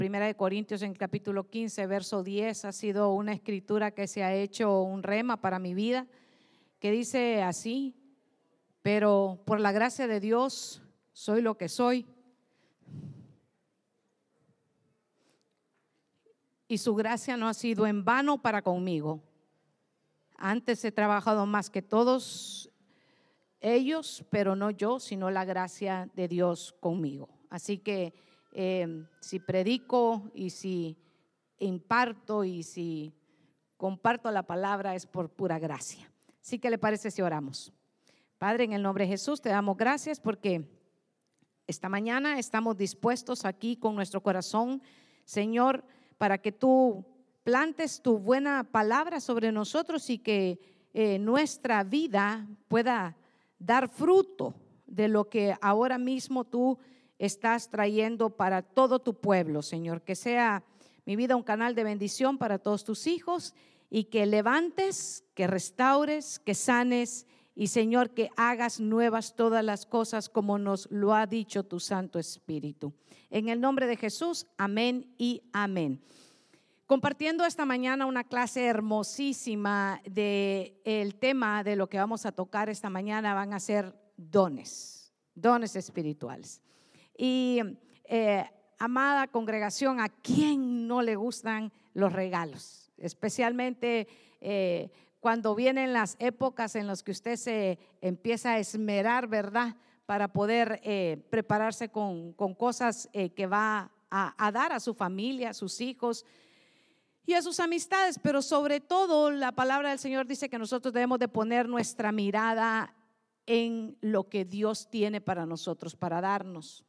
Primera de Corintios en el capítulo 15, verso 10, ha sido una escritura que se ha hecho un rema para mi vida, que dice así: pero por la gracia de Dios soy lo que soy, y su gracia no ha sido en vano para conmigo. Antes he trabajado más que todos ellos, pero no yo, sino la gracia de Dios conmigo. Así que si predico y si imparto y si comparto la palabra es por pura gracia. Así que, ¿le parece si oramos? Padre, en el nombre de Jesús te damos gracias porque esta mañana estamos dispuestos aquí con nuestro corazón, Señor, para que tú plantes tu buena palabra sobre nosotros y que nuestra vida pueda dar fruto de lo que ahora mismo tú estás trayendo para todo tu pueblo, Señor. Que sea mi vida un canal de bendición para todos tus hijos y que levantes, que restaures, que sanes y, Señor, que hagas nuevas todas las cosas como nos lo ha dicho tu Santo Espíritu. En el nombre de Jesús, amén y amén. Compartiendo esta mañana una clase hermosísima del tema de lo que vamos a tocar esta mañana van a ser dones espirituales. Y amada congregación, ¿a quién no le gustan los regalos? Especialmente cuando vienen las épocas en las que usted se empieza a esmerar, ¿verdad? Para poder prepararse con cosas que va a dar a su familia, a sus hijos y a sus amistades. Pero sobre todo la palabra del Señor dice que nosotros debemos de poner nuestra mirada en lo que Dios tiene para nosotros, para darnos.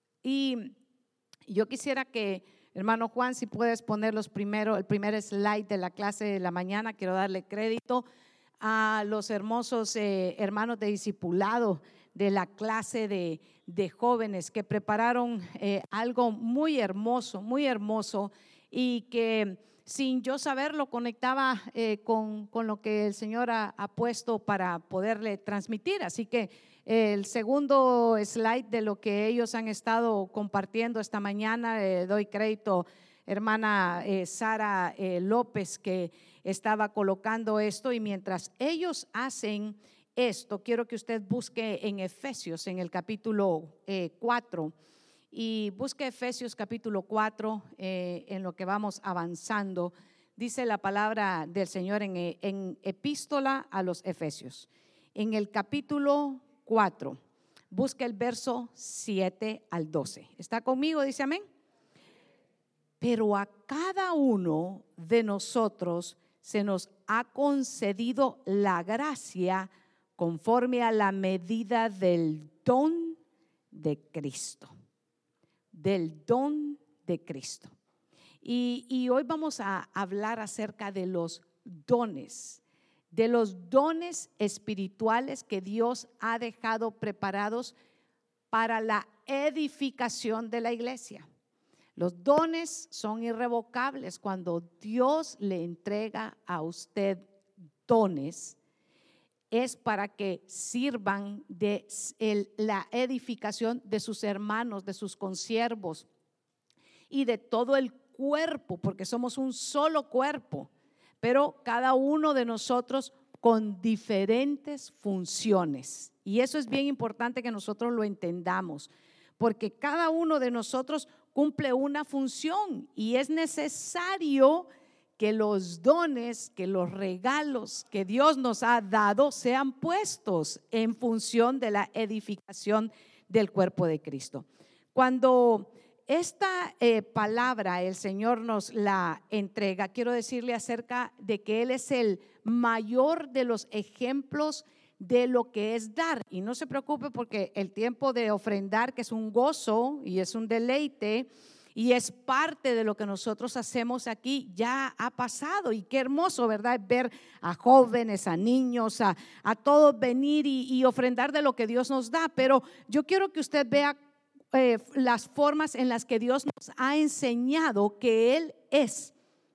Y yo quisiera que, hermano Juan, si puedes poner el primer slide de la clase de la mañana. Quiero darle crédito a los hermosos hermanos de discipulado de la clase de jóvenes que prepararon algo muy hermoso y que sin yo saberlo conectaba con lo que el Señor ha puesto para poderle transmitir. Así que el segundo slide de lo que ellos han estado compartiendo esta mañana, doy crédito hermana Sara López, que estaba colocando esto. Y mientras ellos hacen esto, quiero que usted busque en Efesios, en el capítulo 4, y busque Efesios capítulo 4 en lo que vamos avanzando. Dice la palabra del Señor en epístola a los Efesios, en el capítulo 4, busque el verso 7 al 12. ¿Está conmigo? Dice amén. Pero a cada uno de nosotros se nos ha concedido la gracia conforme a la medida del don de Cristo. Del don de Cristo. Y hoy vamos a hablar acerca de los dones espirituales que Dios ha dejado preparados para la edificación de la iglesia. Los dones son irrevocables. Cuando Dios le entrega a usted dones, es para que sirvan de la edificación de sus hermanos, de sus consiervos y de todo el cuerpo, porque somos un solo cuerpo, pero cada uno de nosotros con diferentes funciones. Y eso es bien importante que nosotros lo entendamos, porque cada uno de nosotros cumple una función y es necesario que los dones, que los regalos que Dios nos ha dado sean puestos en función de la edificación del cuerpo de Cristo. Cuando esta palabra el Señor nos la entrega, quiero decirle acerca de que Él es el mayor de los ejemplos de lo que es dar. Y no se preocupe, porque el tiempo de ofrendar, que es un gozo y es un deleite y es parte de lo que nosotros hacemos aquí, ya ha pasado. Y qué hermoso, ¿verdad? Ver a jóvenes, a niños, a todos venir y ofrendar de lo que Dios nos da. Pero yo quiero que usted vea las formas en las que Dios nos ha enseñado que Él es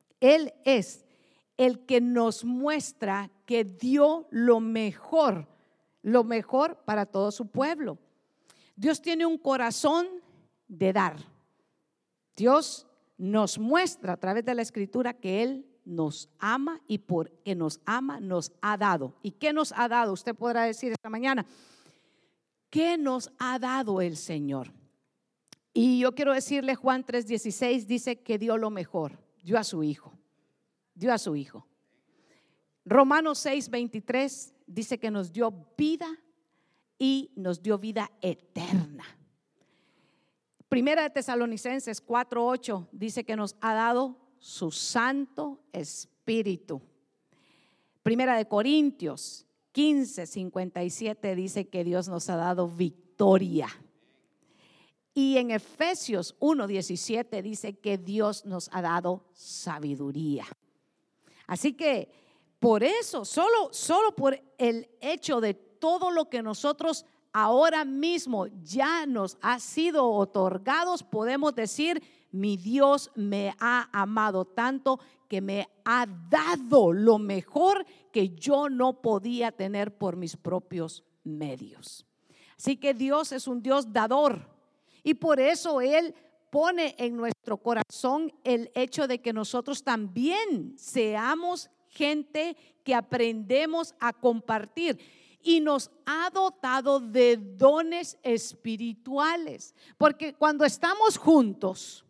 el que nos muestra que dio lo mejor para todo su pueblo. Dios tiene un corazón de dar. Dios nos muestra a través de la Escritura que Él nos ama y porque nos ama nos ha dado. ¿Y qué nos ha dado? Usted podrá decir esta mañana, ¿qué nos ha dado el Señor? Y yo quiero decirle, Juan 3:16 dice que dio lo mejor, dio a su Hijo, dio a su Hijo. Romanos 6:23 dice que nos dio vida y nos dio vida eterna. Primera de Tesalonicenses 4:8 dice que nos ha dado su Santo Espíritu. Primera de Corintios 15:57 dice que Dios nos ha dado victoria. Y en Efesios 1:17 dice que Dios nos ha dado sabiduría. Así que por eso, solo por el hecho de todo lo que nosotros ahora mismo ya nos ha sido otorgados, podemos decir, mi Dios me ha amado tanto que me ha dado lo mejor que yo no podía tener por mis propios medios. Así que Dios es un Dios dador y por eso Él pone en nuestro corazón el hecho de que nosotros también seamos gente que aprendemos a compartir. Y nos ha dotado de dones espirituales. Porque cuando estamos juntos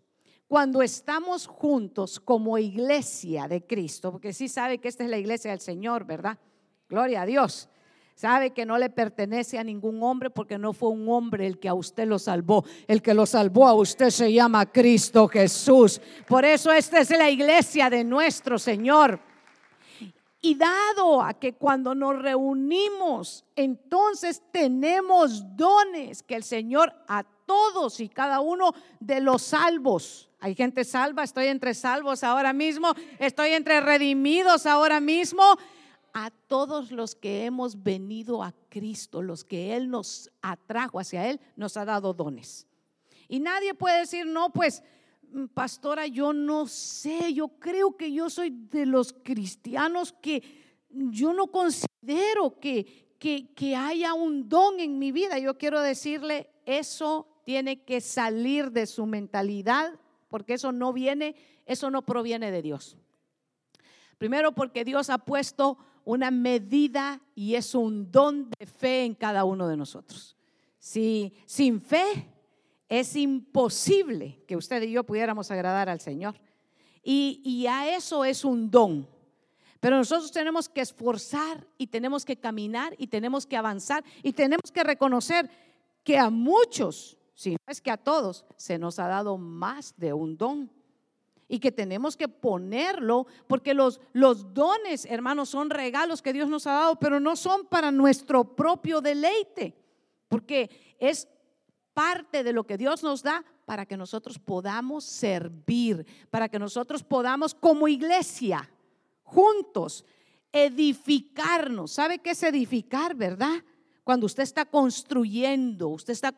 como iglesia de Cristo, porque sí sabe que esta es la iglesia del Señor, ¿verdad? Gloria a Dios. Sabe que no le pertenece a ningún hombre porque no fue un hombre el que a usted lo salvó. El que lo salvó a usted se llama Cristo Jesús. Por eso esta es la iglesia de nuestro Señor. Y dado a que cuando nos reunimos, entonces tenemos dones que el Señor a todos y cada uno de los salvos. Hay gente salva, estoy entre salvos ahora mismo, estoy entre redimidos ahora mismo. A todos los que hemos venido a Cristo, los que Él nos atrajo hacia Él, nos ha dado dones. Y nadie puede decir, no, pues pastora, yo no sé, yo creo que yo soy de los cristianos que yo no considero que haya un don en mi vida. Yo quiero decirle, eso tiene que salir de su mentalidad, porque eso no proviene de Dios. Primero, porque Dios ha puesto una medida y es un don de fe en cada uno de nosotros. Si sin fe es imposible que usted y yo pudiéramos agradar al Señor. Y a eso es un don. Pero nosotros tenemos que esforzar y tenemos que caminar y tenemos que avanzar y tenemos que reconocer que a muchos, si no es que a todos, se nos ha dado más de un don. Y que tenemos que ponerlo, porque los dones, hermanos, son regalos que Dios nos ha dado, pero no son para nuestro propio deleite, porque es parte de lo que Dios nos da para que nosotros podamos servir, para que nosotros podamos como iglesia, juntos, edificarnos. ¿Sabe qué es edificar, verdad? Cuando usted está construyendo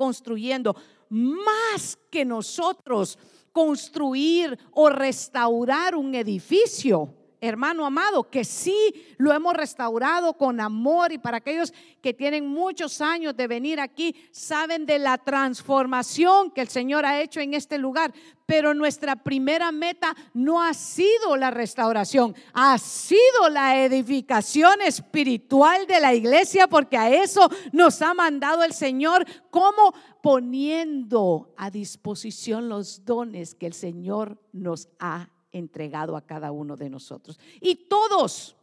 más que nosotros construir o restaurar un edificio. Hermano amado, que sí lo hemos restaurado con amor, y para aquellos que tienen muchos años de venir aquí, saben de la transformación que el Señor ha hecho en este lugar. Pero nuestra primera meta no ha sido la restauración, ha sido la edificación espiritual de la iglesia, porque a eso nos ha mandado el Señor, como poniendo a disposición los dones que el Señor nos ha entregado a cada uno de nosotros. Y todos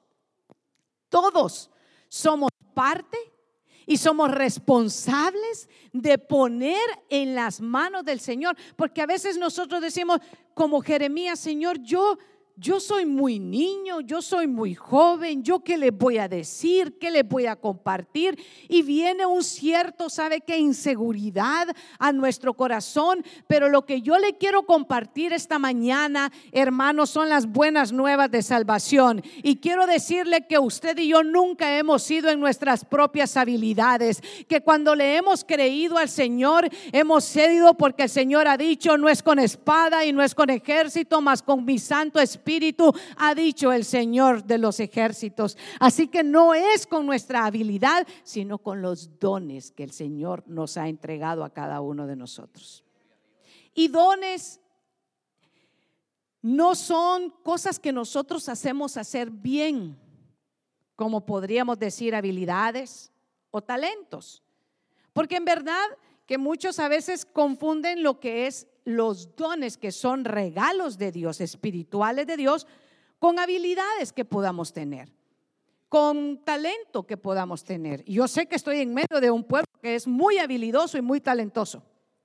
somos parte y somos responsables de poner en las manos del Señor, porque a veces nosotros decimos como Jeremías, Señor, yo soy muy niño, yo soy muy joven, yo qué les voy a decir, qué les voy a compartir, y viene un cierto, ¿sabe qué? Inseguridad a nuestro corazón. Pero lo que yo le quiero compartir esta mañana, hermanos, son las buenas nuevas de salvación. Y quiero decirle que usted y yo nunca hemos sido en nuestras propias habilidades, que cuando le hemos creído al Señor, hemos cedido porque el Señor ha dicho, no es con espada y no es con ejército, mas con mi Santo Espíritu, ha dicho el Señor de los ejércitos. Así que no es con nuestra habilidad, sino con los dones que el Señor nos ha entregado a cada uno de nosotros. Y dones no son cosas que nosotros hacemos hacer bien, como podríamos decir habilidades o talentos. Porque en verdad que muchos a veces confunden lo que es los dones, que son regalos de Dios, espirituales de Dios, con habilidades que podamos tener, con talento que podamos tener. Yo sé que estoy en medio de un pueblo que es muy habilidoso y muy talentoso.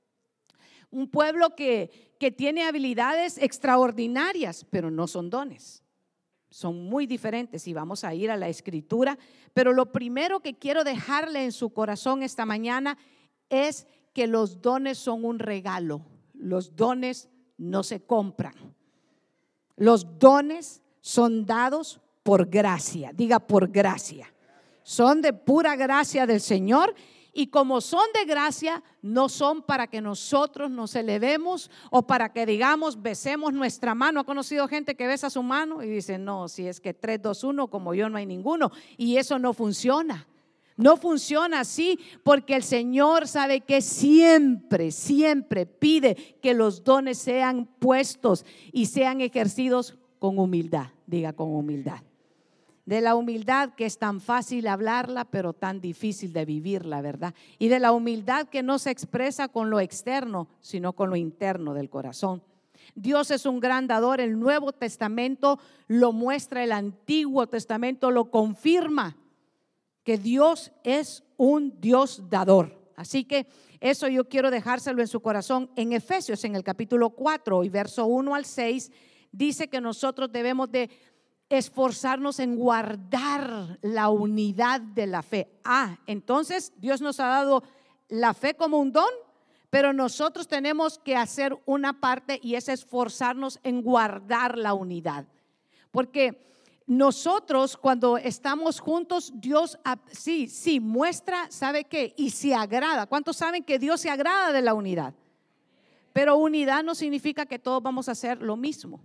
Un pueblo que tiene habilidades extraordinarias, pero no son dones. Son muy diferentes y vamos a ir a la escritura. Pero lo primero que quiero dejarle en su corazón esta mañana es que los dones son un regalo. Los dones no se compran. Los dones son dados por gracia. Diga, por gracia. Son de pura gracia del Señor. Y como son de gracia, no son para que nosotros nos elevemos o para que digamos, besemos nuestra mano. ¿Ha conocido gente que besa su mano y dice, no, si es que 3, 2, 1, como yo no hay ninguno? Y eso no funciona. No funciona así, porque el Señor sabe que siempre, siempre pide que los dones sean puestos y sean ejercidos con humildad. Diga, con humildad. De la humildad que es tan fácil hablarla, pero tan difícil de vivirla, ¿verdad? Y de la humildad que no se expresa con lo externo, sino con lo interno del corazón. Dios es un gran dador. El Nuevo Testamento lo muestra, el Antiguo Testamento lo confirma, que Dios es un Dios dador. Así que eso yo quiero dejárselo en su corazón. En Efesios, en el capítulo 4 y verso 1 al 6, dice que nosotros debemos de esforzarnos en guardar la unidad de la fe. Entonces Dios nos ha dado la fe como un don, pero nosotros tenemos que hacer una parte, y es esforzarnos en guardar la unidad. Porque nosotros cuando estamos juntos, Dios sí muestra, ¿sabe qué? Y se agrada. ¿Cuántos saben que Dios se agrada de la unidad? Pero unidad no significa que todos vamos a hacer lo mismo,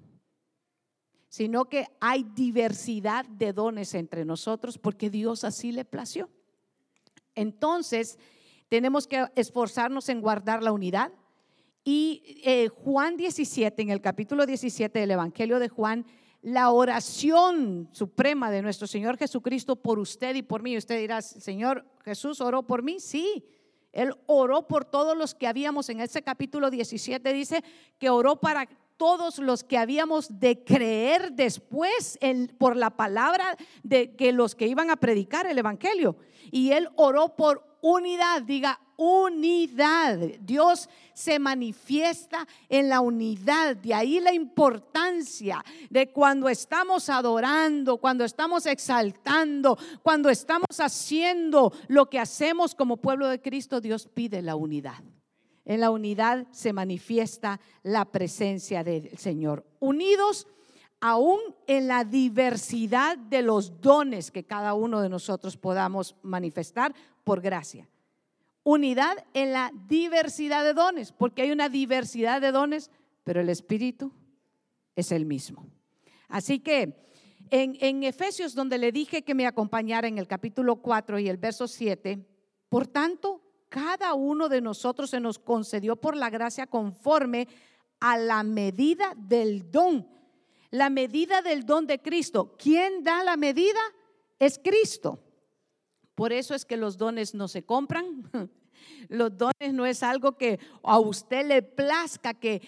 sino que hay diversidad de dones entre nosotros porque Dios así le plació. Entonces tenemos que esforzarnos en guardar la unidad. Y Juan 17, en el capítulo 17 del Evangelio de Juan, la oración suprema de nuestro Señor Jesucristo por usted y por mí. Usted dirá, Señor Jesús oró por mí. Sí, Él oró por todos los que habíamos. En ese capítulo 17 dice que oró para todos los que habíamos de creer después por la palabra de que los que iban a predicar el Evangelio. Y Él oró por unidad. Diga, unidad. Dios se manifiesta en la unidad. De ahí la importancia de cuando estamos adorando, cuando estamos exaltando, cuando estamos haciendo lo que hacemos como pueblo de Cristo, Dios pide la unidad. En la unidad se manifiesta la presencia del Señor. Unidos aún en la diversidad de los dones que cada uno de nosotros podamos manifestar por gracia. Unidad en la diversidad de dones, porque hay una diversidad de dones, pero el Espíritu es el mismo. Así que en Efesios, donde le dije que me acompañara en el capítulo 4 y el verso 7, por tanto, cada uno de nosotros se nos concedió por la gracia conforme a la medida del don. La medida del don de Cristo. ¿Quién da la medida? Es Cristo. Por eso es que los dones no se compran. Los dones no es algo que a usted le plazca que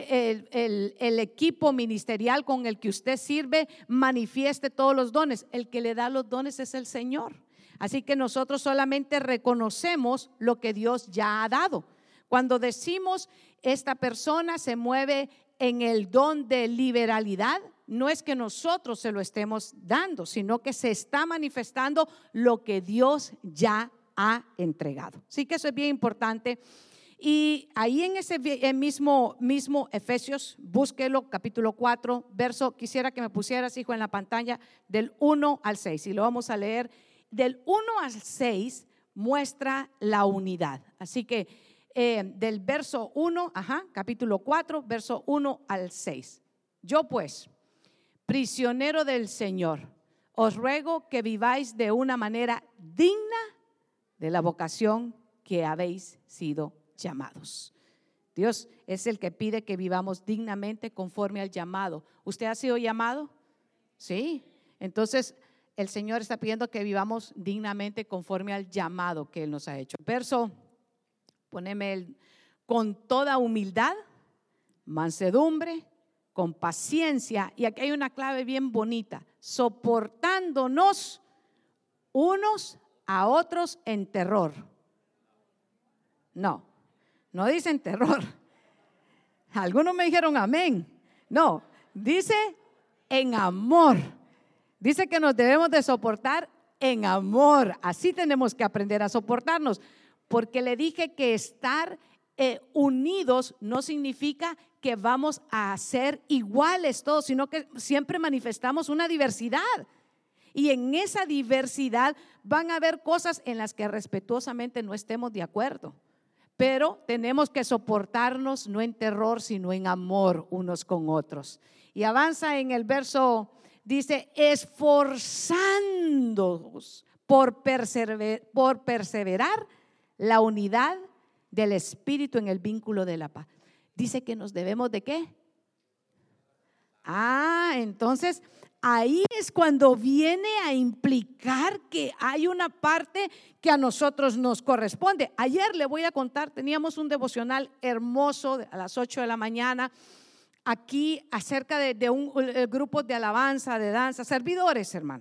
el equipo ministerial con el que usted sirve manifieste todos los dones. El que le da los dones es el Señor. Así que nosotros solamente reconocemos lo que Dios ya ha dado. Cuando decimos esta persona se mueve en el don de liberalidad, no es que nosotros se lo estemos dando, sino que se está manifestando lo que Dios ya ha entregado. Así que eso es bien importante. Y ahí en ese mismo Efesios, búsquelo, capítulo 4, verso, quisiera que me pusieras, hijo, en la pantalla, del 1 al 6. Y lo vamos a leer. Del 1 al 6 muestra la unidad. Así que del verso 1, capítulo 4, verso 1 al 6. Yo pues, prisionero del Señor, os ruego que viváis de una manera digna de la vocación que habéis sido llamados. Dios, es el que pide que vivamos dignamente conforme al llamado. ¿Usted ha sido llamado? Sí. Entonces el Señor está pidiendo que vivamos dignamente conforme al llamado que Él nos ha hecho. Verso, con toda humildad, mansedumbre, con paciencia. Y aquí hay una clave bien bonita: soportándonos unos a otros en terror. No dicen terror. Algunos me dijeron amén. No, dice en amor. Dice que nos debemos de soportar en amor. Así tenemos que aprender a soportarnos. Porque le dije que estar unidos no significa que vamos a ser iguales todos, sino que siempre manifestamos una diversidad. Y en esa diversidad van a haber cosas en las que respetuosamente no estemos de acuerdo. Pero tenemos que soportarnos no en terror, sino en amor unos con otros. Y avanza en el verso, dice, esforzándonos por perseverar la unidad del Espíritu en el vínculo de la paz. Dice que nos debemos ¿de qué? Entonces ahí es cuando viene a implicar que hay una parte que a nosotros nos corresponde. Ayer le voy a contar, teníamos un devocional hermoso a las 8 de la mañana aquí acerca de un grupo de alabanza, de danza, servidores, hermano.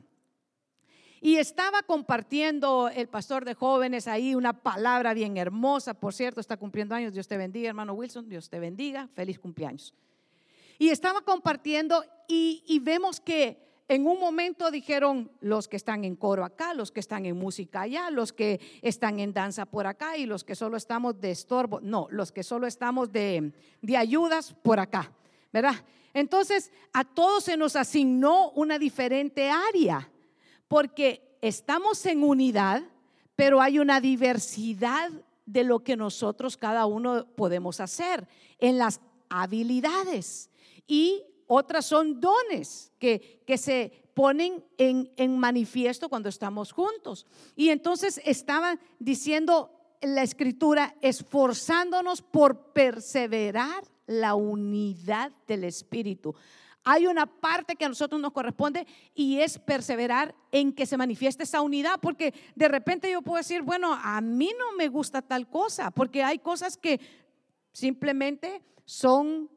Y estaba compartiendo el pastor de jóvenes ahí una palabra bien hermosa. Por cierto, está cumpliendo años. Dios te bendiga, hermano Wilson. Dios te bendiga. Feliz cumpleaños. Y estaba compartiendo y vemos que en un momento dijeron los que están en coro acá, los que están en música allá, los que están en danza por acá y los que solo estamos de estorbo. No, los que solo estamos de ayudas por acá, ¿verdad? Entonces a todos se nos asignó una diferente área. Porque estamos en unidad, pero hay una diversidad de lo que nosotros cada uno podemos hacer en las habilidades. Y otras son dones que se ponen en manifiesto cuando estamos juntos. Y entonces estaba diciendo la Escritura, esforzándonos por perseverar la unidad del Espíritu. Hay una parte que a nosotros nos corresponde y es perseverar en que se manifieste esa unidad, porque de repente yo puedo decir, bueno, a mí no me gusta tal cosa, porque hay cosas que simplemente son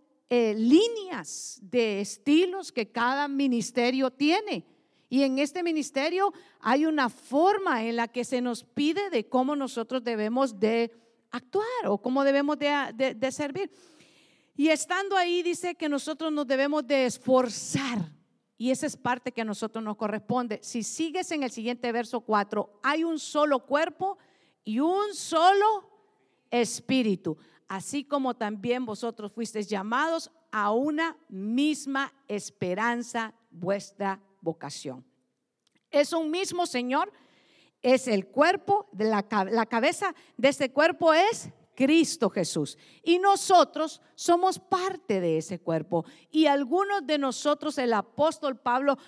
líneas de estilos que cada ministerio tiene. Y en este ministerio hay una forma en la que se nos pide de cómo nosotros debemos de actuar o cómo debemos de servir. Y estando ahí dice que nosotros nos debemos de esforzar. Y esa es parte que a nosotros nos corresponde. Si sigues en el siguiente verso 4, hay un solo cuerpo y un solo espíritu. Así como también vosotros fuisteis llamados a una misma esperanza, vuestra vocación. Es un mismo Señor, es el cuerpo, de la cabeza de este cuerpo es Cristo Jesús. Y nosotros somos parte de ese cuerpo. Y algunos de nosotros, el apóstol Pablo,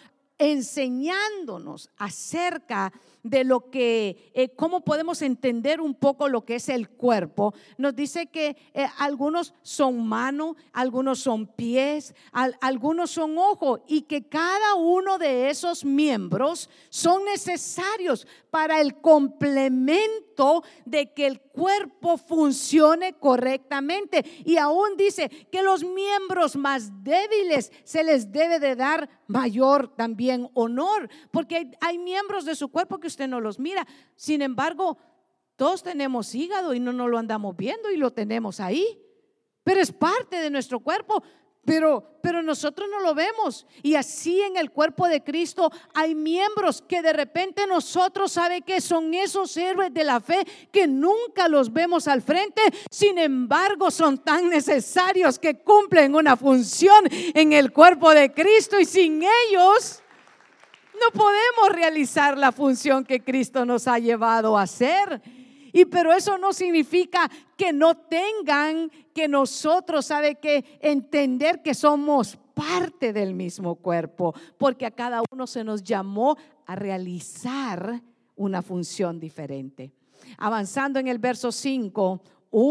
enseñándonos acerca de lo que, cómo podemos entender un poco lo que es el cuerpo, nos dice que algunos son mano, algunos son pies, algunos son ojo, y que cada uno de esos miembros son necesarios para el complemento de que el cuerpo funcione correctamente. Y aún dice que los miembros más débiles se les debe de dar mayor también honor, porque hay miembros de su cuerpo que usted no los mira. Sin embargo, todos tenemos hígado y no nos lo andamos viendo y lo tenemos ahí, pero es parte de nuestro cuerpo. Pero nosotros no lo vemos. Y así en el cuerpo de Cristo hay miembros que de repente nosotros sabe que son esos héroes de la fe que nunca los vemos al frente. Sin embargo, son tan necesarios que cumplen una función en el cuerpo de Cristo, y sin ellos no podemos realizar la función que Cristo nos ha llevado a hacer. Pero eso no significa que no tengan que nosotros, sabe que entender que somos parte del mismo cuerpo, porque a cada uno se nos llamó a realizar una función diferente. Avanzando en el verso 5, un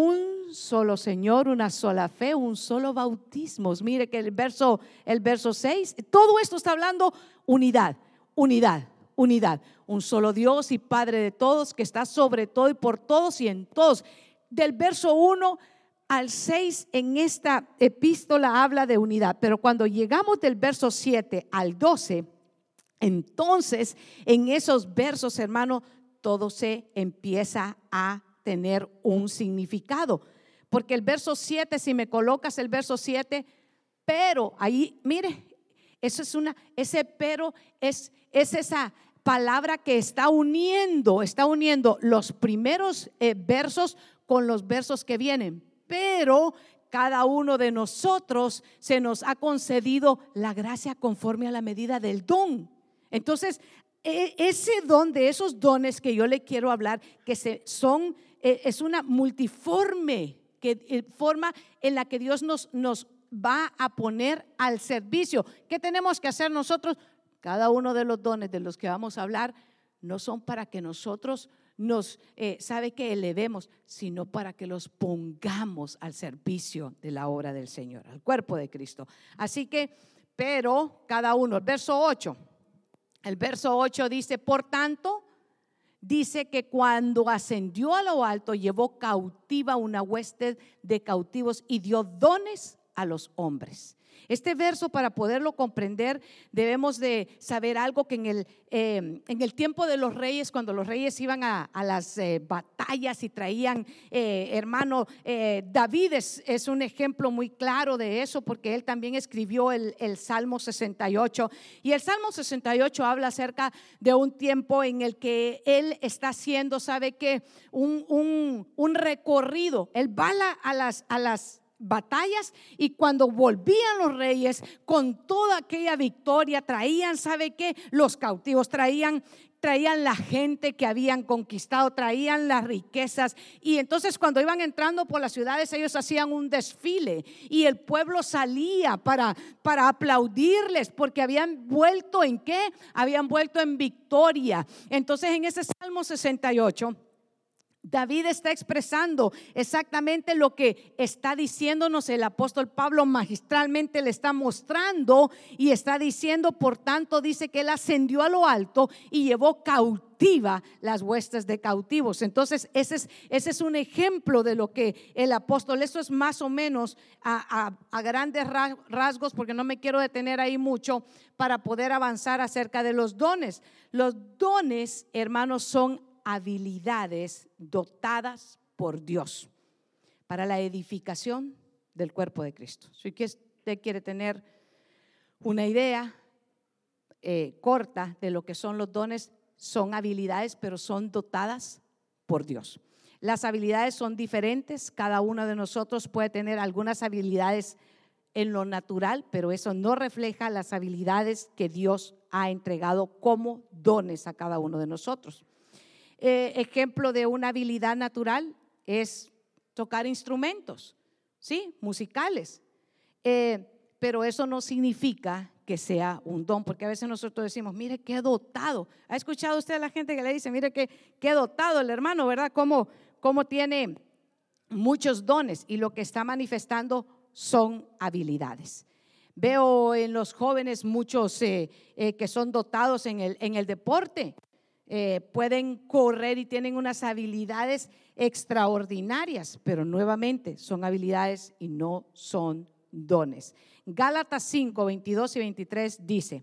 solo Señor, una sola fe, un solo bautismo. Mire que el verso 6, todo esto está hablando unidad, unidad, unidad. Un solo Dios y Padre de todos, que está sobre todo y por todos y en todos. Del verso 1 al 6 en esta epístola habla de unidad, pero cuando llegamos del verso 7 al 12, entonces en esos versos, hermano, todo se empieza a tener un significado. Porque el verso 7, si me colocas el verso 7, pero ahí, mire, ese pero es esa palabra que está uniendo los primeros versos con los versos que vienen. Pero cada uno de nosotros se nos ha concedido la gracia conforme a la medida del don. Entonces, ese don, de esos dones que yo le quiero hablar, que es una multiforme forma en la que Dios nos va a poner al servicio. ¿Qué tenemos que hacer nosotros? Cada uno de los dones de los que vamos a hablar no son para que nosotros sabe que elevemos, sino para que los pongamos al servicio de la obra del Señor, al cuerpo de Cristo. Así que, pero cada uno, el verso 8 dice, por tanto, dice que cuando ascendió a lo alto, llevó cautiva una hueste de cautivos y dio dones a los hombres. Este verso, para poderlo comprender, debemos de saber algo, que en el tiempo de los reyes, cuando los reyes iban a las batallas y traían, David es un ejemplo muy claro de eso, porque él también escribió el Salmo 68, y el Salmo 68 habla acerca de un tiempo en el que él está haciendo, ¿sabe qué? Un recorrido. Él va a las batallas, y cuando volvían los reyes con toda aquella victoria, traían, ¿sabe qué? Los cautivos, traían la gente que habían conquistado, traían las riquezas, y entonces cuando iban entrando por las ciudades, ellos hacían un desfile y el pueblo salía para aplaudirles, porque habían vuelto ¿en qué? Habían vuelto en victoria. Entonces en ese Salmo 68 David está expresando exactamente lo que está diciéndonos el apóstol Pablo, magistralmente le está mostrando y está diciendo, por tanto, dice que él ascendió a lo alto y llevó cautiva las huestes de cautivos. Entonces ese es un ejemplo de lo que el apóstol, eso es más o menos a grandes rasgos, porque no me quiero detener ahí mucho para poder avanzar acerca de los dones. Los dones, hermanos, son habilidades dotadas por Dios para la edificación del cuerpo de Cristo. Si usted quiere tener una idea corta de lo que son los dones, son habilidades, pero son dotadas por Dios. Las habilidades son diferentes, cada uno de nosotros puede tener algunas habilidades en lo natural, pero eso no refleja las habilidades que Dios ha entregado como dones a cada uno de nosotros. Ejemplo de una habilidad natural es tocar instrumentos, ¿sí? Musicales, pero eso no significa que sea un don, porque a veces nosotros decimos, mire qué dotado. ¿Ha escuchado usted a la gente que le dice, mire qué dotado el hermano, ¿verdad? Cómo tiene muchos dones, y lo que está manifestando son habilidades. Veo en los jóvenes muchos que son dotados en el deporte. Pueden correr y tienen unas habilidades extraordinarias, pero nuevamente son habilidades y no son dones. Gálatas 5, 22 y 23 dice,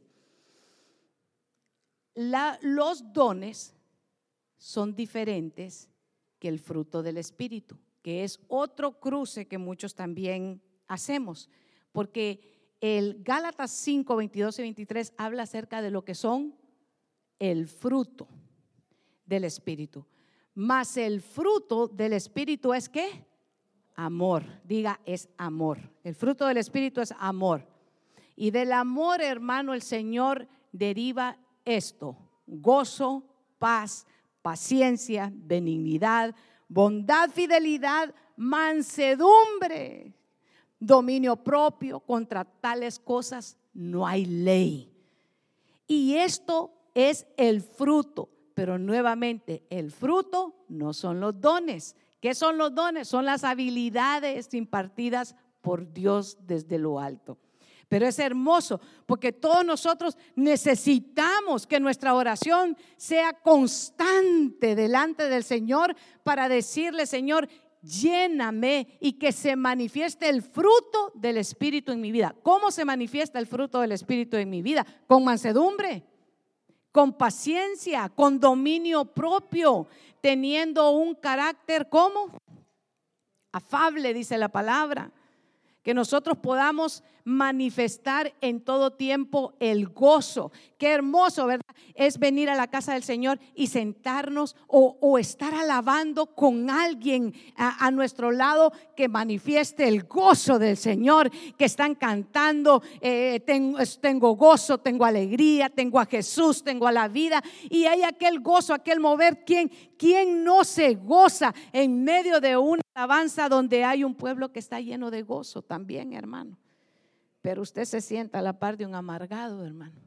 los dones son diferentes que el fruto del Espíritu, que es otro cruce que muchos también hacemos, porque el Gálatas 5, 22 y 23 habla acerca de lo que son el fruto del Espíritu. Mas el fruto del Espíritu es ¿qué? Amor. Diga, es amor. El fruto del Espíritu es amor. Y del amor, hermano, el Señor deriva esto: gozo, paz, paciencia, benignidad, bondad, fidelidad, mansedumbre, dominio propio. Contra tales cosas no hay ley. Y esto es el fruto, pero nuevamente el fruto no son los dones ¿Qué son los dones? Son las habilidades impartidas por Dios desde lo alto. Pero es hermoso porque todos nosotros necesitamos que nuestra oración sea constante delante del Señor para decirle: Señor, lléname, y que se manifieste el fruto del Espíritu en mi vida. ¿Cómo se manifiesta el fruto del Espíritu en mi vida? Con mansedumbre, con paciencia, con dominio propio, teniendo un carácter como afable, dice la palabra. Que nosotros podamos manifestar en todo tiempo el gozo. Qué hermoso, ¿verdad? Es venir a la casa del Señor y sentarnos o estar alabando con alguien a nuestro lado que manifieste el gozo del Señor, que están cantando, tengo gozo, tengo alegría, tengo a Jesús, tengo a la vida, y hay aquel gozo, aquel mover. ¿Quién no se goza en medio de una alabanza donde hay un pueblo que está lleno de gozo también, hermano? Pero usted se sienta a la par de un amargado, hermano,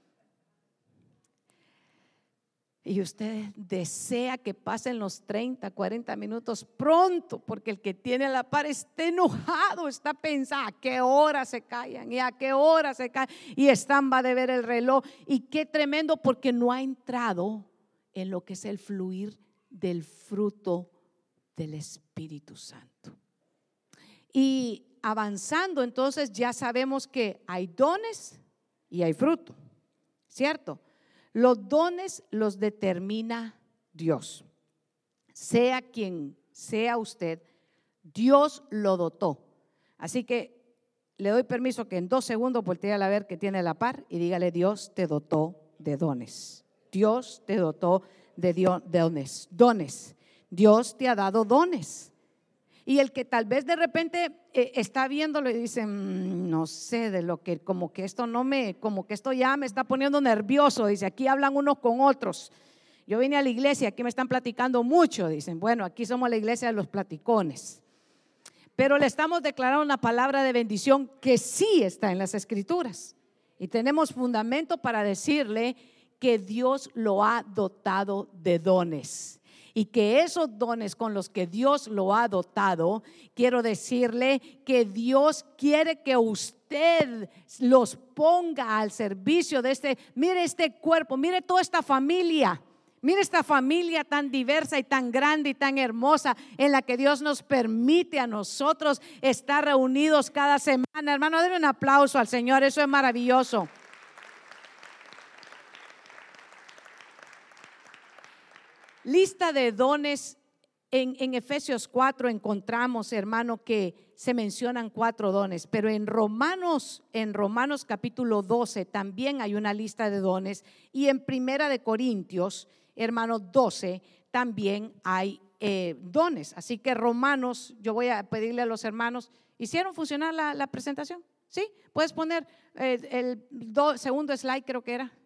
y usted desea que pasen los 30, 40 minutos pronto, porque el que tiene a la par está enojado, está pensando a qué hora se callan y a qué hora se callan, y están va de ver el reloj. Y qué tremendo, porque no ha entrado en lo que es el fluir del fruto del Espíritu Santo. Y avanzando, entonces ya sabemos que hay dones y hay fruto, ¿cierto? Los dones los determina Dios. Sea quien sea usted, Dios lo dotó. Así que le doy permiso que en 2 segundos voltee a ver que tiene a la par y dígale: Dios te dotó de dones. Dios te dotó de dones. Dios te ha dado dones. Y el que tal vez de repente está viéndolo y dice: no sé, de lo que como que esto como que esto ya me está poniendo nervioso. Dice: aquí hablan unos con otros. Yo vine a la iglesia, aquí me están platicando mucho. Dicen: bueno, aquí somos la iglesia de los platicones. Pero le estamos declarando una palabra de bendición que sí está en las Escrituras. Y tenemos fundamento para decirle que Dios lo ha dotado de dones. Y que esos dones con los que Dios lo ha dotado, quiero decirle que Dios quiere que usted los ponga al servicio de mire este cuerpo, mire toda esta familia. Mire esta familia tan diversa y tan grande y tan hermosa, en la que Dios nos permite a nosotros estar reunidos cada semana. Hermano, denle un aplauso al Señor, eso es maravilloso. Lista de dones. En Efesios 4 encontramos, hermano, que se mencionan 4 dones, pero en Romanos capítulo 12 también hay una lista de dones, y en Primera de Corintios, hermano, 12 también hay dones. Así que Romanos, yo voy a pedirle a los hermanos, ¿hicieron funcionar la presentación? ¿Sí? Puedes poner el segundo slide, creo que era.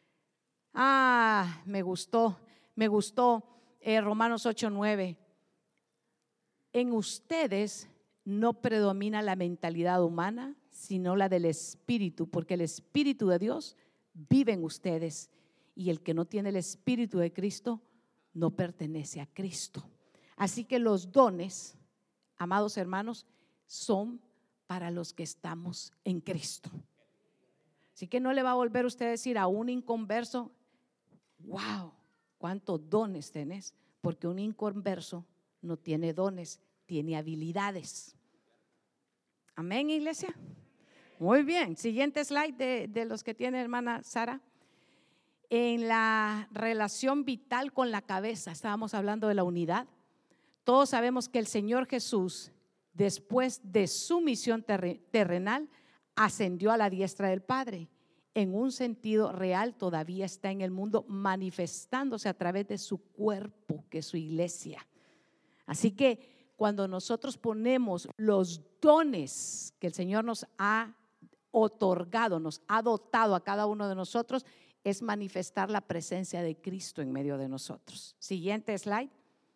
Me gustó Romanos 8:9. En ustedes no predomina la mentalidad humana, sino la del Espíritu, porque el Espíritu de Dios vive en ustedes, y el que no tiene el Espíritu de Cristo no pertenece a Cristo. Así que los dones, amados hermanos, son para los que estamos en Cristo. Así que no le va a volver usted a decir a un inconverso: wow, ¿cuántos dones tenés? Porque un inconverso no tiene dones, tiene habilidades. Amén, iglesia. Muy bien, siguiente slide de los que tiene hermana Sara. En la relación vital con la cabeza, estábamos hablando de la unidad. Todos sabemos que el Señor Jesús, después de su misión terrenal, ascendió a la diestra del Padre. En un sentido real, todavía está en el mundo, manifestándose a través de su cuerpo, que es su iglesia. Así que cuando nosotros ponemos los dones que el Señor nos ha otorgado, nos ha dotado a cada uno de nosotros, es manifestar la presencia de Cristo en medio de nosotros. Siguiente slide.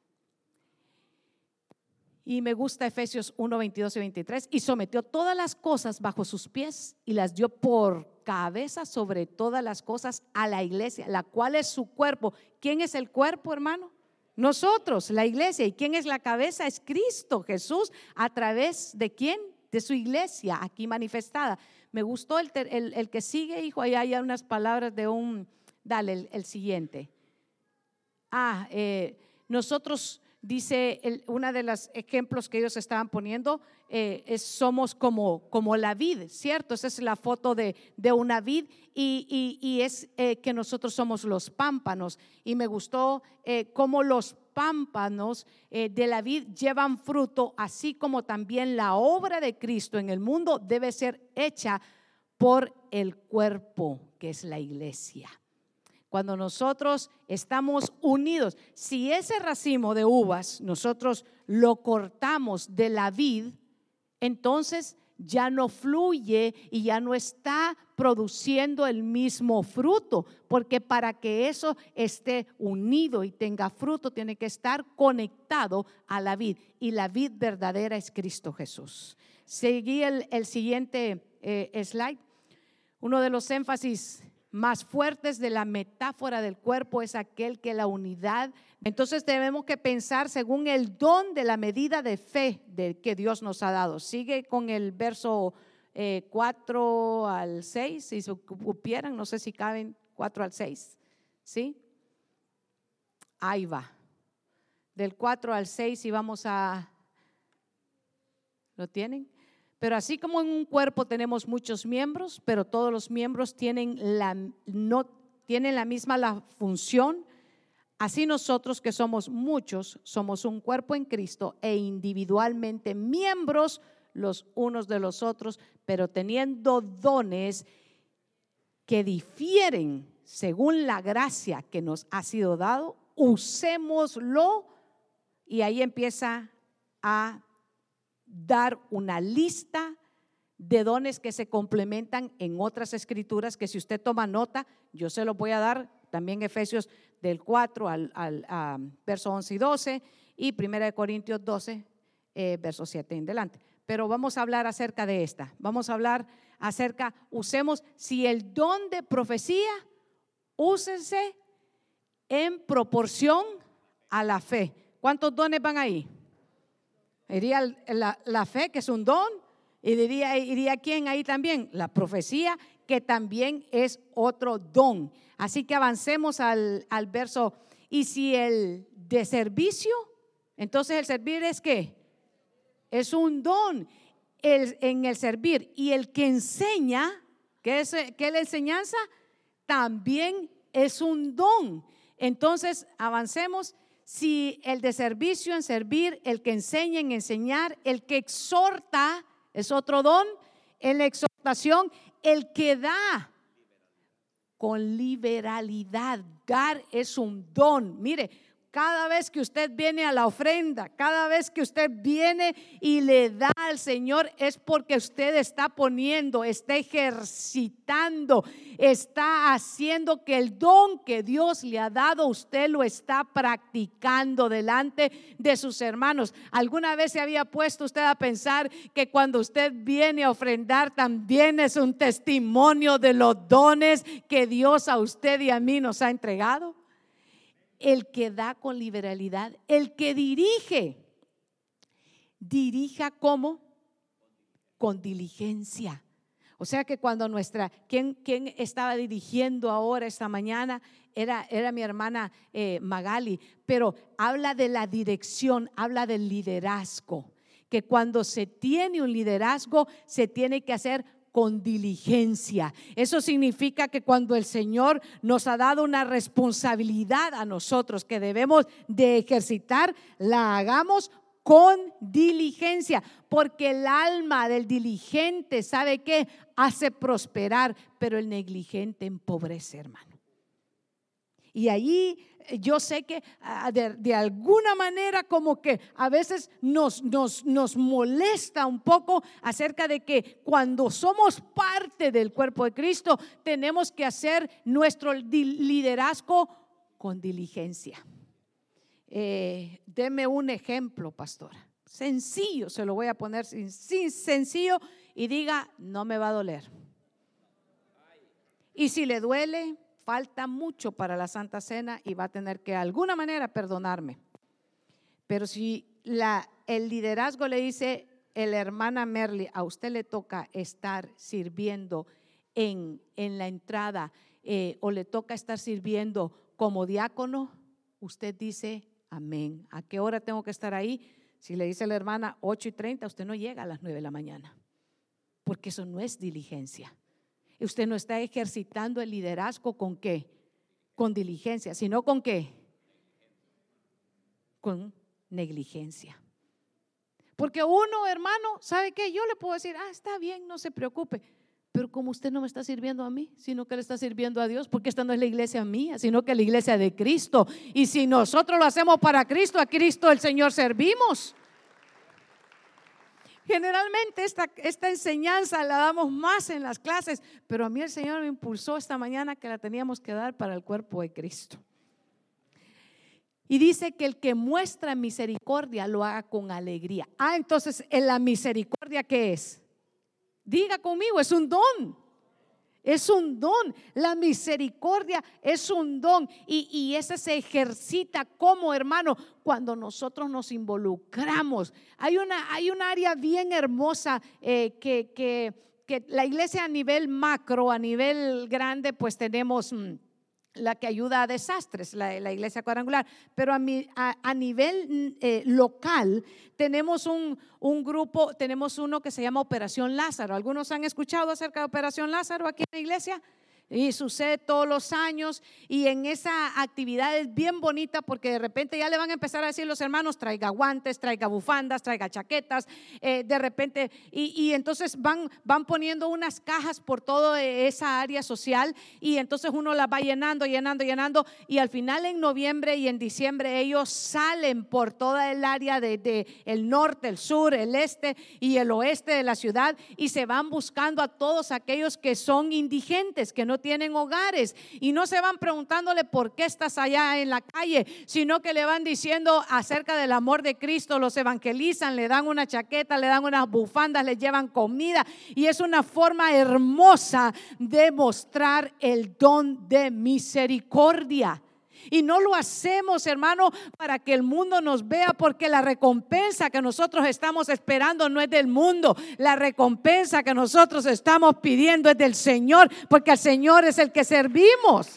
Y me gusta Efesios 1, 22 y 23. Y sometió todas las cosas bajo sus pies y las dio por cabeza sobre todas las cosas a la iglesia, la cual es su cuerpo. ¿Quién es el cuerpo, hermano? Nosotros, la iglesia. ¿Y quién es la cabeza? Es Cristo Jesús. ¿A través de quién? De su iglesia aquí manifestada. Me gustó el que sigue, hijo. Ahí hay unas palabras de un... Dale, el siguiente. Nosotros, dice uno de los ejemplos que ellos estaban poniendo, somos como la vid, ¿cierto? Esa es la foto de una vid y es que nosotros somos los pámpanos. Y me gustó cómo los pámpanos de la vid llevan fruto, así como también la obra de Cristo en el mundo debe ser hecha por el cuerpo, que es la iglesia. Cuando nosotros estamos unidos, si ese racimo de uvas nosotros lo cortamos de la vid, entonces ya no fluye y ya no está produciendo el mismo fruto, porque para que eso esté unido y tenga fruto tiene que estar conectado a la vid, y la vid verdadera es Cristo Jesús. Seguí el siguiente slide. Uno de los énfasis más fuertes de la metáfora del cuerpo es aquel que la unidad. Entonces tenemos que pensar según el don de la medida de fe que Dios nos ha dado. Sigue con el verso 4 al 6, si supieran, no sé si caben 4 al 6, ¿sí? Ahí va, del 4 al 6 y vamos a, ¿lo tienen? Pero así como en un cuerpo tenemos muchos miembros, pero todos los miembros no tienen la misma función, así nosotros que somos muchos, somos un cuerpo en Cristo e individualmente miembros los unos de los otros, pero teniendo dones que difieren según la gracia que nos ha sido dado, usémoslo. Y ahí empieza a dar una lista de dones que se complementan en otras escrituras, que si usted toma nota, yo se lo voy a dar también. Efesios del 4 al verso 11 y 12 y 1 Corintios 12 verso 7 en delante. Pero vamos a hablar acerca de esta. Vamos a hablar acerca, usemos, si el don de profecía, úsese en proporción a la fe. ¿Cuántos dones van ahí? Iría la fe, que es un don, y iría ¿quién ahí también? La profecía, que también es otro don. Así que avancemos al verso. Y si el de servicio, entonces el servir es ¿qué? Es un don en el servir. Y el que enseña, ¿qué es la enseñanza? También es un don. Entonces avancemos. Si el de servicio en servir, el que enseña en enseñar, el que exhorta es otro don, en la exhortación, el que da con liberalidad, dar es un don. Mire, cada vez que usted viene a la ofrenda, cada vez que usted viene y le da al Señor, es porque usted está poniendo, está ejercitando, está haciendo que el don que Dios le ha dado, usted lo está practicando delante de sus hermanos. ¿Alguna vez se había puesto usted a pensar que cuando usted viene a ofrendar también es un testimonio de los dones que Dios a usted y a mí nos ha entregado? El que da con liberalidad, el que dirija ¿cómo? Con diligencia. O sea que cuando ¿quién estaba dirigiendo ahora esta mañana? Era mi hermana Magali, pero habla de la dirección, habla del liderazgo, que cuando se tiene un liderazgo se tiene que hacer con diligencia. Eso significa que cuando el Señor nos ha dado una responsabilidad a nosotros que debemos de ejercitar, la hagamos con diligencia, porque el alma del diligente, ¿sabe qué? Hace prosperar, pero el negligente empobrece, hermano. Y ahí yo sé que de alguna manera como que a veces nos molesta un poco acerca de que cuando somos parte del cuerpo de Cristo tenemos que hacer nuestro liderazgo con diligencia. Deme un ejemplo, pastora. Sencillo, se lo voy a poner sencillo y diga, no me va a doler. Y si le duele, falta mucho para la Santa Cena y va a tener que de alguna manera perdonarme. Pero si el liderazgo le dice, la hermana Merly, a usted le toca estar sirviendo en la entrada o le toca estar sirviendo como diácono, usted dice amén. ¿A qué hora tengo que estar ahí? Si le dice la hermana 8:30, usted no llega a las 9 de la mañana, porque eso no es diligencia. Usted no está ejercitando el liderazgo ¿con qué? Con diligencia, sino ¿con qué? Con negligencia. Porque uno, hermano, ¿sabe qué? Yo le puedo decir, está bien, no se preocupe, pero como usted no me está sirviendo a mí, sino que le está sirviendo a Dios, porque esta no es la iglesia mía, sino que la iglesia de Cristo. Y si nosotros lo hacemos para Cristo, a Cristo el Señor servimos. Generalmente esta enseñanza la damos más en las clases, pero a mí el Señor me impulsó esta mañana que la teníamos que dar para el cuerpo de Cristo. Y dice que el que muestra misericordia lo haga con alegría. Entonces, ¿en la misericordia qué es? Diga conmigo, es un don. Es un don. La misericordia es un don. Y ese se ejercita como, hermano, cuando nosotros nos involucramos. Hay una área bien hermosa que la iglesia a nivel macro, a nivel grande, pues tenemos la que ayuda a desastres, la iglesia cuadrangular, pero a nivel local tenemos un grupo, tenemos uno que se llama Operación Lázaro. ¿Algunos han escuchado acerca de Operación Lázaro aquí en la iglesia? Y sucede todos los años, y en esa actividad es bien bonita porque de repente ya le van a empezar a decir los hermanos, traiga guantes, traiga bufandas, traiga chaquetas, de repente, y entonces van poniendo unas cajas por toda esa área social, y entonces uno las va llenando, y al final en noviembre y en diciembre ellos salen por toda el área de el norte, el sur, el este y el oeste de la ciudad, y se van buscando a todos aquellos que son indigentes, que no tienen hogares, y no se van preguntándole por qué estás allá en la calle, sino que le van diciendo acerca del amor de Cristo, los evangelizan, le dan una chaqueta, le dan unas bufandas, le llevan comida, y es una forma hermosa de mostrar el don de misericordia. Y no lo hacemos, hermano, para que el mundo nos vea, porque la recompensa que nosotros estamos esperando no es del mundo. La recompensa que nosotros estamos pidiendo es del Señor, porque al Señor es el que servimos.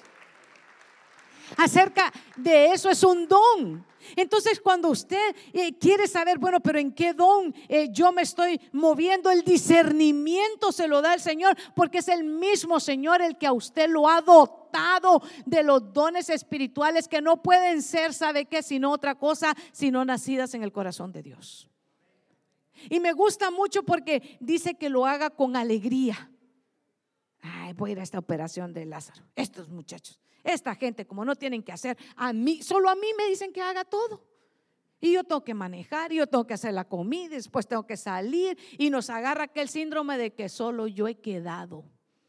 Acerca de eso es un don. Entonces, cuando usted quiere saber, bueno, pero ¿en qué don yo me estoy moviendo? El discernimiento se lo da el Señor, porque es el mismo Señor el que a usted lo ha dotado de los dones espirituales que no pueden ser, ¿sabe qué? Sino otra cosa, sino nacidas en el corazón de Dios. Y me gusta mucho porque dice que lo haga con alegría. Voy a ir a esta operación de Lázaro. Estos muchachos, esta gente, como no tienen que hacer, solo a mí me dicen que haga todo. Y yo tengo que manejar, y yo tengo que hacer la comida, y después tengo que salir, y nos agarra aquel síndrome de que solo yo he quedado.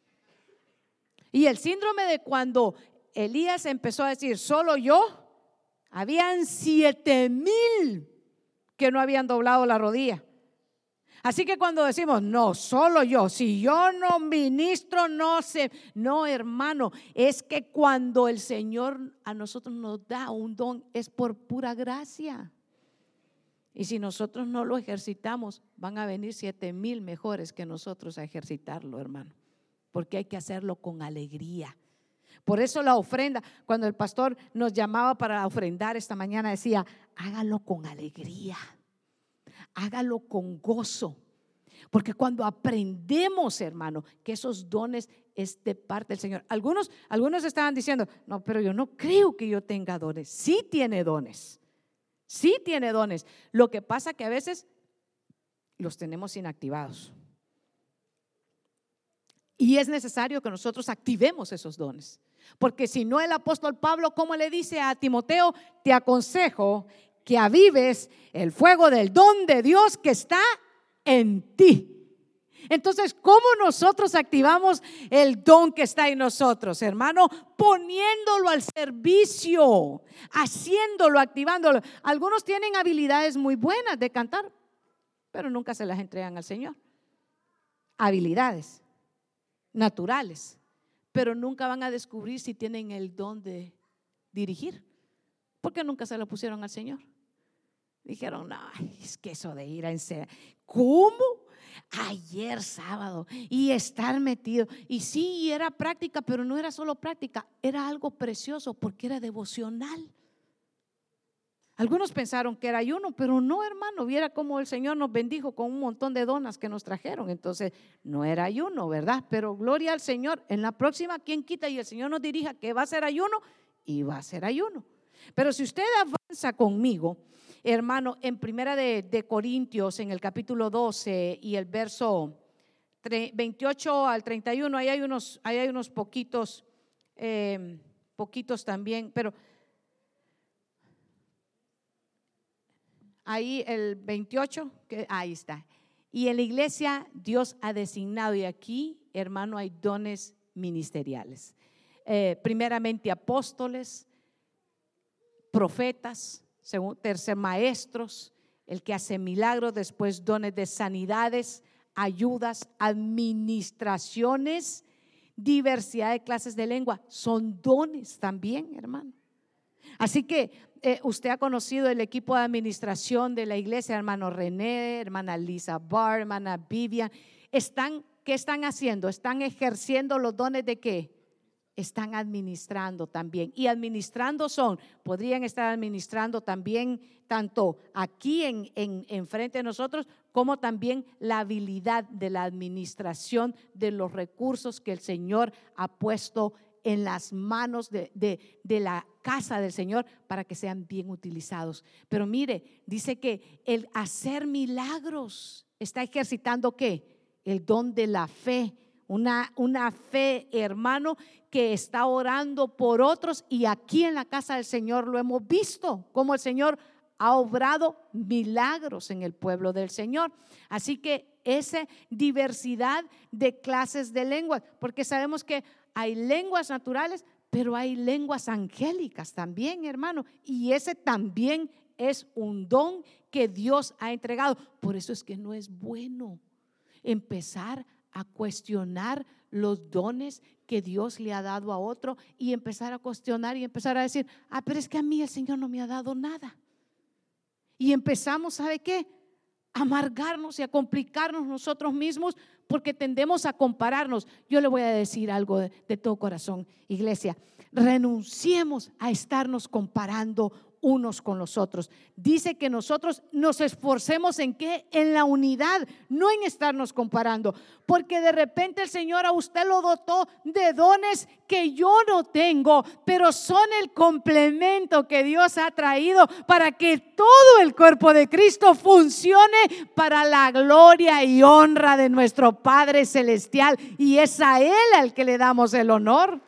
Y el síndrome de cuando Elías empezó a decir solo yo, habían 7,000 que no habían doblado la rodilla. Así que cuando decimos no, solo yo, si yo no ministro, no sé, no, hermano, es que cuando el Señor a nosotros nos da un don es por pura gracia. Y si nosotros no lo ejercitamos, van a venir 7,000 mejores que nosotros a ejercitarlo, hermano, porque hay que hacerlo con alegría. Por eso la ofrenda, cuando el pastor nos llamaba para ofrendar esta mañana, decía, hágalo con alegría. Hágalo con gozo, porque cuando aprendemos, hermano, que esos dones es de parte del Señor. Algunos estaban diciendo, no, pero yo no creo que yo tenga dones. Sí tiene dones, sí tiene dones. Lo que pasa que a veces los tenemos inactivados, y es necesario que nosotros activemos esos dones, porque si no, el apóstol Pablo, ¿cómo le dice a Timoteo? Te aconsejo que avives el fuego del don de Dios que está en ti. Entonces, ¿cómo nosotros activamos el don que está en nosotros, hermano? Poniéndolo al servicio, haciéndolo, activándolo. Algunos tienen habilidades muy buenas de cantar, pero nunca se las entregan al Señor. Habilidades naturales, pero nunca van a descubrir si tienen el don de dirigir, porque nunca se lo pusieron al Señor. Dijeron, no, es que eso de ir a enseñar, ¿cómo? Ayer sábado y estar metido. Y sí, era práctica, pero no era solo práctica, era algo precioso porque era devocional. Algunos pensaron que era ayuno, pero no, hermano. Viera cómo el Señor nos bendijo con un montón de donas que nos trajeron. Entonces no era ayuno, ¿verdad? Pero gloria al Señor. En la próxima, ¿quién quita? Y el Señor nos dirija que va a ser ayuno, y va a ser ayuno. Pero si usted avanza conmigo, hermano, en Primera de Corintios, en el capítulo 12 y el verso 28 al 31, ahí hay unos poquitos también, pero ahí el 28, ahí está. Y en la iglesia Dios ha designado, y aquí, hermano, hay dones ministeriales. Primeramente apóstoles, profetas, tercer maestros, el que hace milagros, después dones de sanidades, ayudas, administraciones, diversidad de clases de lengua, son dones también, hermano. Así que usted ha conocido el equipo de administración de la iglesia, hermano René, hermana Lisa Barr, hermana Vivian. ¿Qué están haciendo? Están ejerciendo los dones de ¿qué? Están administrando también. Y administrando podrían estar administrando también tanto aquí en frente de nosotros, como también la habilidad de la administración de los recursos que el Señor ha puesto en las manos de la casa del Señor para que sean bien utilizados. Pero mire, dice que el hacer milagros está ejercitando ¿qué? El don de la fe. Una fe, hermano, que está orando por otros, y aquí en la casa del Señor lo hemos visto, como el Señor ha obrado milagros en el pueblo del Señor. Así que esa diversidad de clases de lenguas, porque sabemos que hay lenguas naturales, pero hay lenguas angélicas también, hermano, y ese también es un don que Dios ha entregado. Por eso es que no es bueno empezar a cuestionar los dones que Dios le ha dado a otro, y empezar a cuestionar y empezar a decir, pero es que a mí el Señor no me ha dado nada. Y empezamos, ¿sabe qué? A amargarnos y a complicarnos nosotros mismos, porque tendemos a compararnos. Yo le voy a decir algo de todo corazón, iglesia: renunciemos a estarnos comparando unos con los otros. Dice que nosotros nos esforcemos ¿en qué? En la unidad, no en estarnos comparando, porque de repente el Señor a usted lo dotó de dones que yo no tengo, pero son el complemento que Dios ha traído para que todo el cuerpo de Cristo funcione para la gloria y honra de nuestro Padre Celestial, y es a Él al que le damos el honor.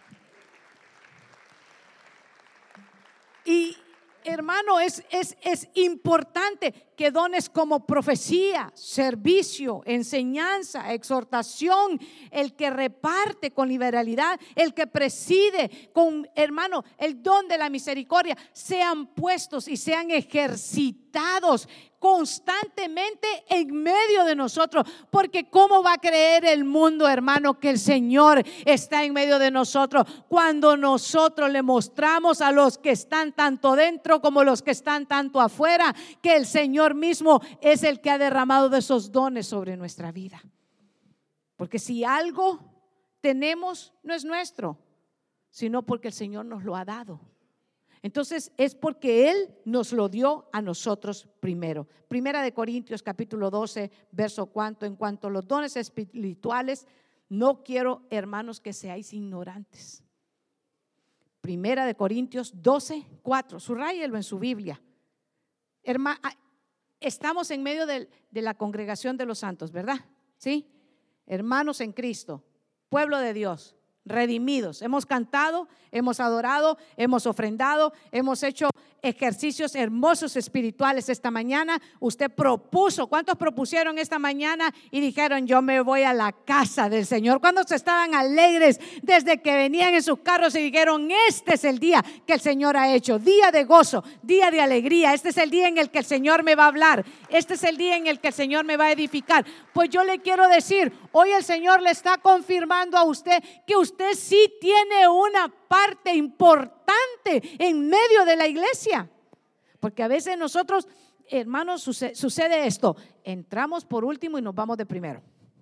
Y hermano, es importante que dones como profecía, servicio, enseñanza, exhortación, el que reparte con liberalidad, el que preside con, hermano, el don de la misericordia, sean puestos y sean ejercitados constantemente en medio de nosotros. Porque ¿cómo va a creer el mundo, hermano, que el Señor está en medio de nosotros cuando nosotros le mostramos a los que están tanto dentro como los que están tanto afuera que el Señor mismo es el que ha derramado de esos dones sobre nuestra vida? Porque si algo tenemos, no es nuestro, sino porque el Señor nos lo ha dado. Entonces es porque Él nos lo dio a nosotros primero. Primera de Corintios capítulo 12 verso 4: en cuanto a los dones espirituales, no quiero, hermanos, que seáis ignorantes. Primera de Corintios 12, 4, subrayelo en su Biblia. Estamos en medio de la congregación de los santos, ¿verdad? ¿Sí? Hermanos en Cristo, pueblo de Dios, redimidos. Hemos cantado, hemos adorado, hemos ofrendado, hemos hecho ejercicios hermosos espirituales esta mañana. Usted propuso, ¿cuántos propusieron esta mañana y dijeron yo me voy a la casa del Señor? ¿Cuántos estaban alegres desde que venían en sus carros y dijeron este es el día que el Señor ha hecho, día de gozo, día de alegría, este es el día en el que el Señor me va a hablar, este es el día en el que el Señor me va a edificar? Pues yo le quiero decir, hoy el Señor le está confirmando a usted que usted sí tiene una parte importante en medio de la iglesia. Porque a veces nosotros, hermanos, sucede esto: entramos por último y nos vamos de primero.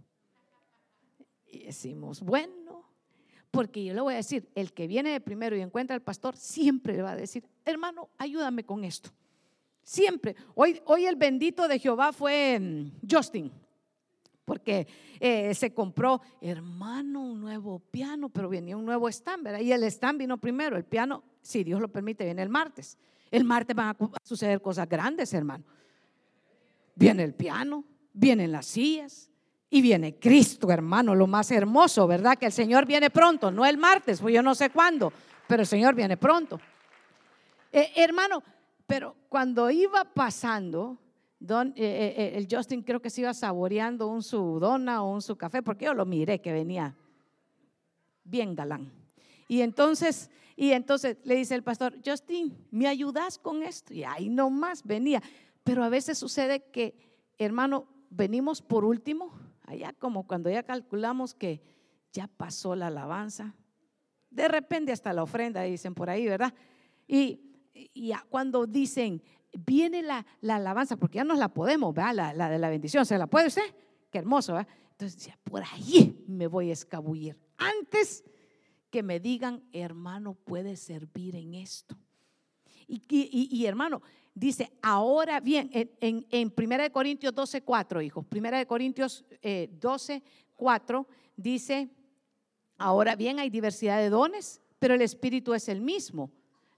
Y decimos, bueno, porque yo le voy a decir, el que viene de primero y encuentra al pastor siempre le va a decir, hermano, ayúdame con esto. Siempre. Hoy el bendito de Jehová fue Justin, porque se compró, hermano, un nuevo piano, pero venía un nuevo stand, ¿verdad? Y el stand vino primero, el piano, si Dios lo permite, viene el martes. El martes van a suceder cosas grandes, hermano. Viene el piano, vienen las sillas y viene Cristo, hermano, lo más hermoso, ¿verdad? Que el Señor viene pronto, no el martes, pues yo no sé cuándo, pero el Señor viene pronto. Hermano, pero cuando iba pasando, el Justin creo que se iba saboreando un su dona o un su café, porque yo lo miré que venía bien galán. Y entonces le dice el pastor, Justin, ¿me ayudas con esto? Y ahí nomás venía. Pero a veces sucede que, hermano, venimos por último, allá como cuando ya calculamos que ya pasó la alabanza, de repente hasta la ofrenda, dicen por ahí, ¿verdad? Y cuando dicen viene la alabanza, porque ya nos la podemos, ¿verdad? La de la bendición, ¿se la puede usted? Qué hermoso, ¿verdad? Entonces decía, por ahí me voy a escabullir antes que me digan, hermano, puede servir en esto. Y hermano, dice, ahora bien, en 1 Corintios 12:4, hijos, 1 Corintios 12:4 dice, ahora bien hay diversidad de dones, pero el Espíritu es el mismo.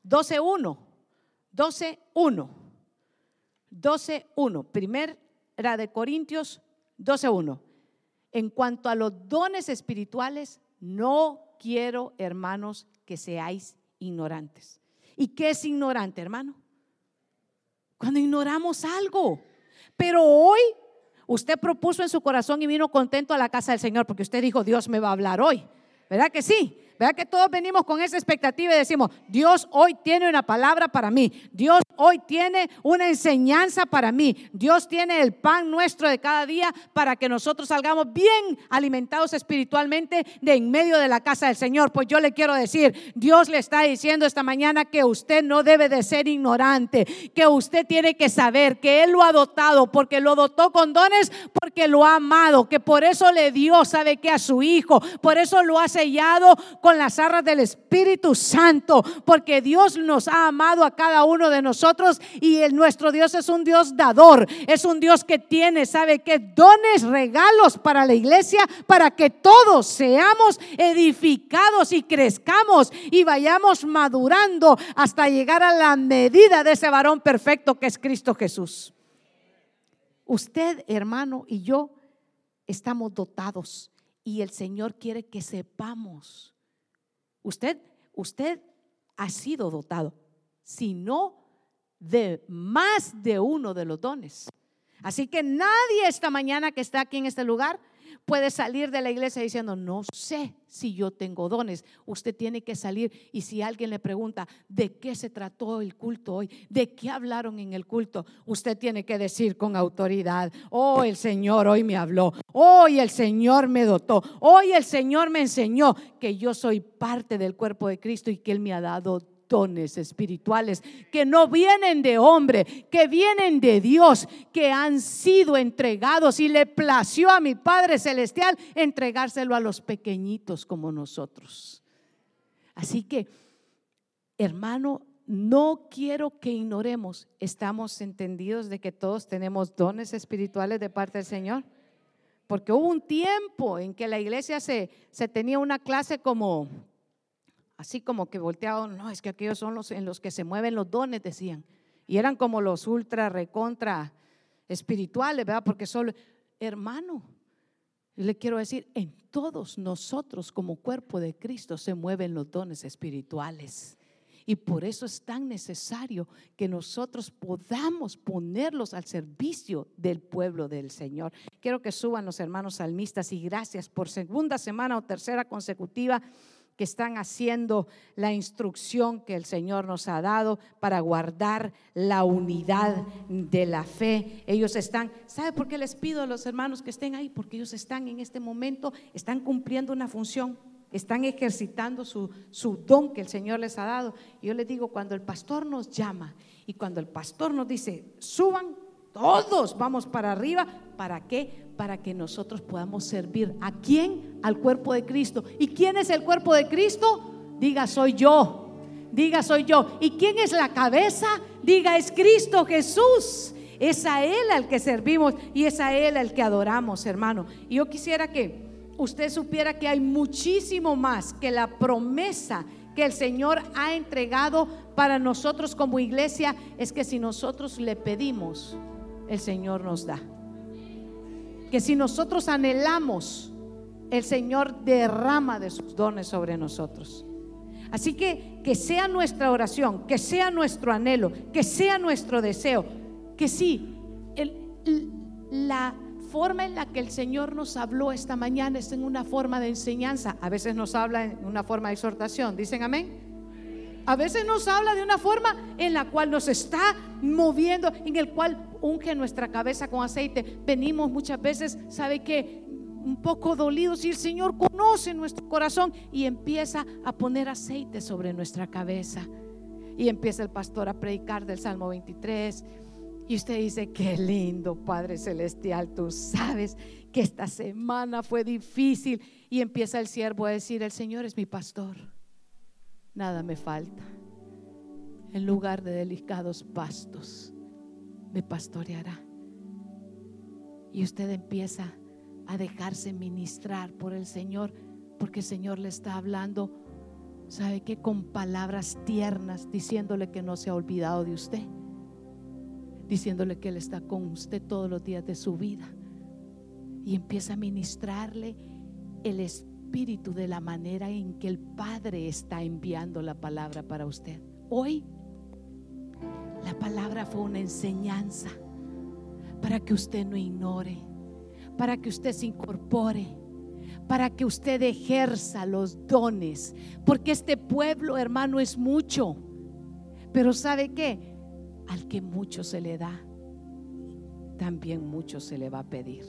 12:1, Primera de Corintios 12:1. En cuanto a los dones espirituales, no quiero, hermanos, que seáis ignorantes. ¿Y qué es ignorante, hermano? Cuando ignoramos algo. Pero hoy usted propuso en su corazón y vino contento a la casa del Señor porque usted dijo, Dios me va a hablar hoy. ¿Verdad que sí? ¿Verdad que todos venimos con esa expectativa y decimos, Dios hoy tiene una palabra para mí, Dios hoy tiene una enseñanza para mí, Dios tiene el pan nuestro de cada día para que nosotros salgamos bien alimentados espiritualmente de en medio de la casa del Señor? Pues yo le quiero decir, Dios le está diciendo esta mañana que usted no debe de ser ignorante, que usted tiene que saber que Él lo ha dotado, porque lo dotó con dones, porque lo ha amado, que por eso le dio, sabe que a su hijo, por eso lo ha sellado con las arras del Espíritu Santo, porque Dios nos ha amado a cada uno de nosotros y nuestro Dios es un Dios dador, es un Dios que tiene, sabe que dones, regalos para la iglesia, para que todos seamos edificados y crezcamos y vayamos madurando hasta llegar a la medida de ese varón perfecto que es Cristo Jesús. Usted, hermano, y yo estamos dotados y el Señor quiere que sepamos. Usted ha sido dotado, si no de más de uno de los dones. Así que nadie esta mañana que está aquí en este lugar puede salir de la iglesia diciendo, no sé si yo tengo dones. Usted tiene que salir, y si alguien le pregunta de qué se trató el culto hoy, de qué hablaron en el culto, usted tiene que decir con autoridad, oh, el Señor hoy me habló, hoy el Señor me dotó, hoy el Señor me enseñó que yo soy parte del cuerpo de Cristo y que Él me ha dado dones espirituales que no vienen de hombre, que vienen de Dios, que han sido entregados, y le plació a mi Padre Celestial entregárselo a los pequeñitos como nosotros. Así que, hermano, no quiero que ignoremos. ¿Estamos entendidos de que todos tenemos dones espirituales de parte del Señor? Porque hubo un tiempo en que la iglesia se tenía una clase como así como que volteaban, no, es que aquellos son los en los que se mueven los dones, decían. Y eran como los ultra recontra espirituales, ¿verdad? Porque solo, hermano, le quiero decir, en todos nosotros como cuerpo de Cristo se mueven los dones espirituales. Y por eso es tan necesario que nosotros podamos ponerlos al servicio del pueblo del Señor. Quiero que suban los hermanos salmistas, y gracias por segunda semana o tercera consecutiva que están haciendo la instrucción que el Señor nos ha dado para guardar la unidad de la fe. Ellos están, ¿sabe por qué les pido a los hermanos que estén ahí? Porque ellos están en este momento, están cumpliendo una función, están ejercitando su don que el Señor les ha dado. Y yo les digo, cuando el pastor nos llama y cuando el pastor nos dice suban, todos vamos para arriba. ¿Para qué? Para que nosotros podamos servir. ¿A quién? Al cuerpo de Cristo. ¿Y quién es el cuerpo de Cristo? Diga, soy yo. Diga, soy yo. ¿Y quién es la cabeza? Diga, es Cristo Jesús. Es a Él al que servimos y es a Él al que adoramos, hermano. Y yo quisiera que usted supiera que hay muchísimo más que la promesa que el Señor ha entregado para nosotros como iglesia. Es que si nosotros le pedimos, el Señor nos da. Que si nosotros anhelamos, el Señor derrama de sus dones sobre nosotros. Así que sea nuestra oración, que sea nuestro anhelo, que sea nuestro deseo, que sí, la forma en la que el Señor nos habló esta mañana es en una forma de enseñanza. A veces nos habla en una forma de exhortación. ¿Dicen amén? A veces nos habla de una forma en la cual nos está moviendo, en el cual unge nuestra cabeza con aceite. Venimos muchas veces, ¿sabe qué? Un poco dolidos, y el Señor conoce nuestro corazón y empieza a poner aceite sobre nuestra cabeza. Y empieza el pastor a predicar del Salmo 23. Y usted dice, qué lindo, Padre Celestial, tú sabes que esta semana fue difícil. Y empieza el siervo a decir, el Señor es mi pastor, nada me falta. En lugar de delicados pastos me pastoreará. Y usted empieza a dejarse ministrar por el Señor, porque el Señor le está hablando, ¿sabe qué? Con palabras tiernas, diciéndole que no se ha olvidado de usted, diciéndole que Él está con usted todos los días de su vida. Y empieza a ministrarle el Espíritu de la manera en que el Padre está enviando la palabra para usted. Hoy la palabra fue una enseñanza para que usted no ignore, para que usted se incorpore, para que usted ejerza los dones, porque este pueblo, hermano, es mucho. Pero ¿sabe qué? Al que mucho se le da, también mucho se le va a pedir.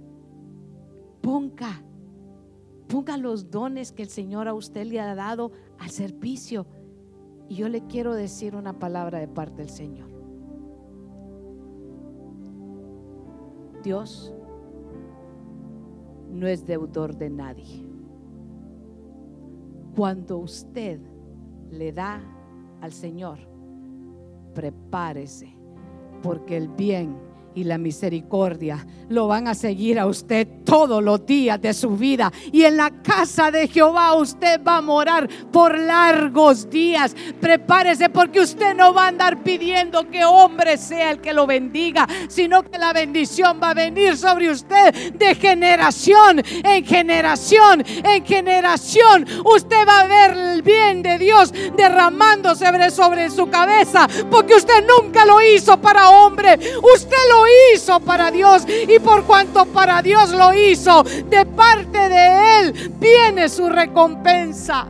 Ponga los dones que el Señor a usted le ha dado al servicio. Y yo le quiero decir una palabra de parte del Señor. Dios no es deudor de nadie. Cuando usted le da al Señor, prepárese, porque el bien y la misericordia lo van a seguir a usted todos los días de su vida. Y en la casa de Jehová usted va a morar por largos días. Prepárese, porque usted no va a andar pidiendo que hombre sea el que lo bendiga, sino que la bendición va a venir sobre usted de generación en generación en generación. Usted va a ver el bien de Dios derramándose sobre su cabeza, porque usted nunca lo hizo para hombre, usted lo hizo para Dios. Y por cuanto para Dios lo hizo, de parte de Él viene su recompensa.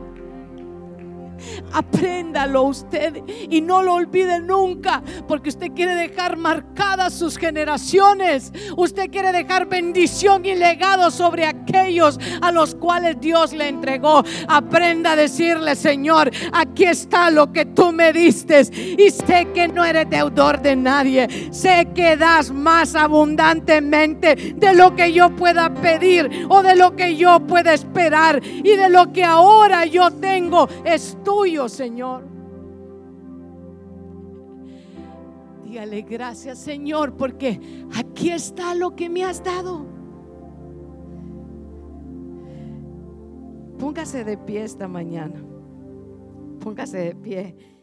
Apréndalo usted y no lo olvide nunca, porque usted quiere dejar marcadas sus generaciones. Usted quiere dejar bendición y legado sobre aquellos a los cuales Dios le entregó. Aprenda a decirle: Señor, aquí está lo que tú me diste, y sé que no eres deudor de nadie. Sé que das más abundantemente de lo que yo pueda pedir o de lo que yo pueda esperar, y de lo que ahora yo tengo es tuyo, Señor. Dígale: gracias, Señor, porque aquí está lo que me has dado. Póngase de pie esta mañana. Póngase de pie.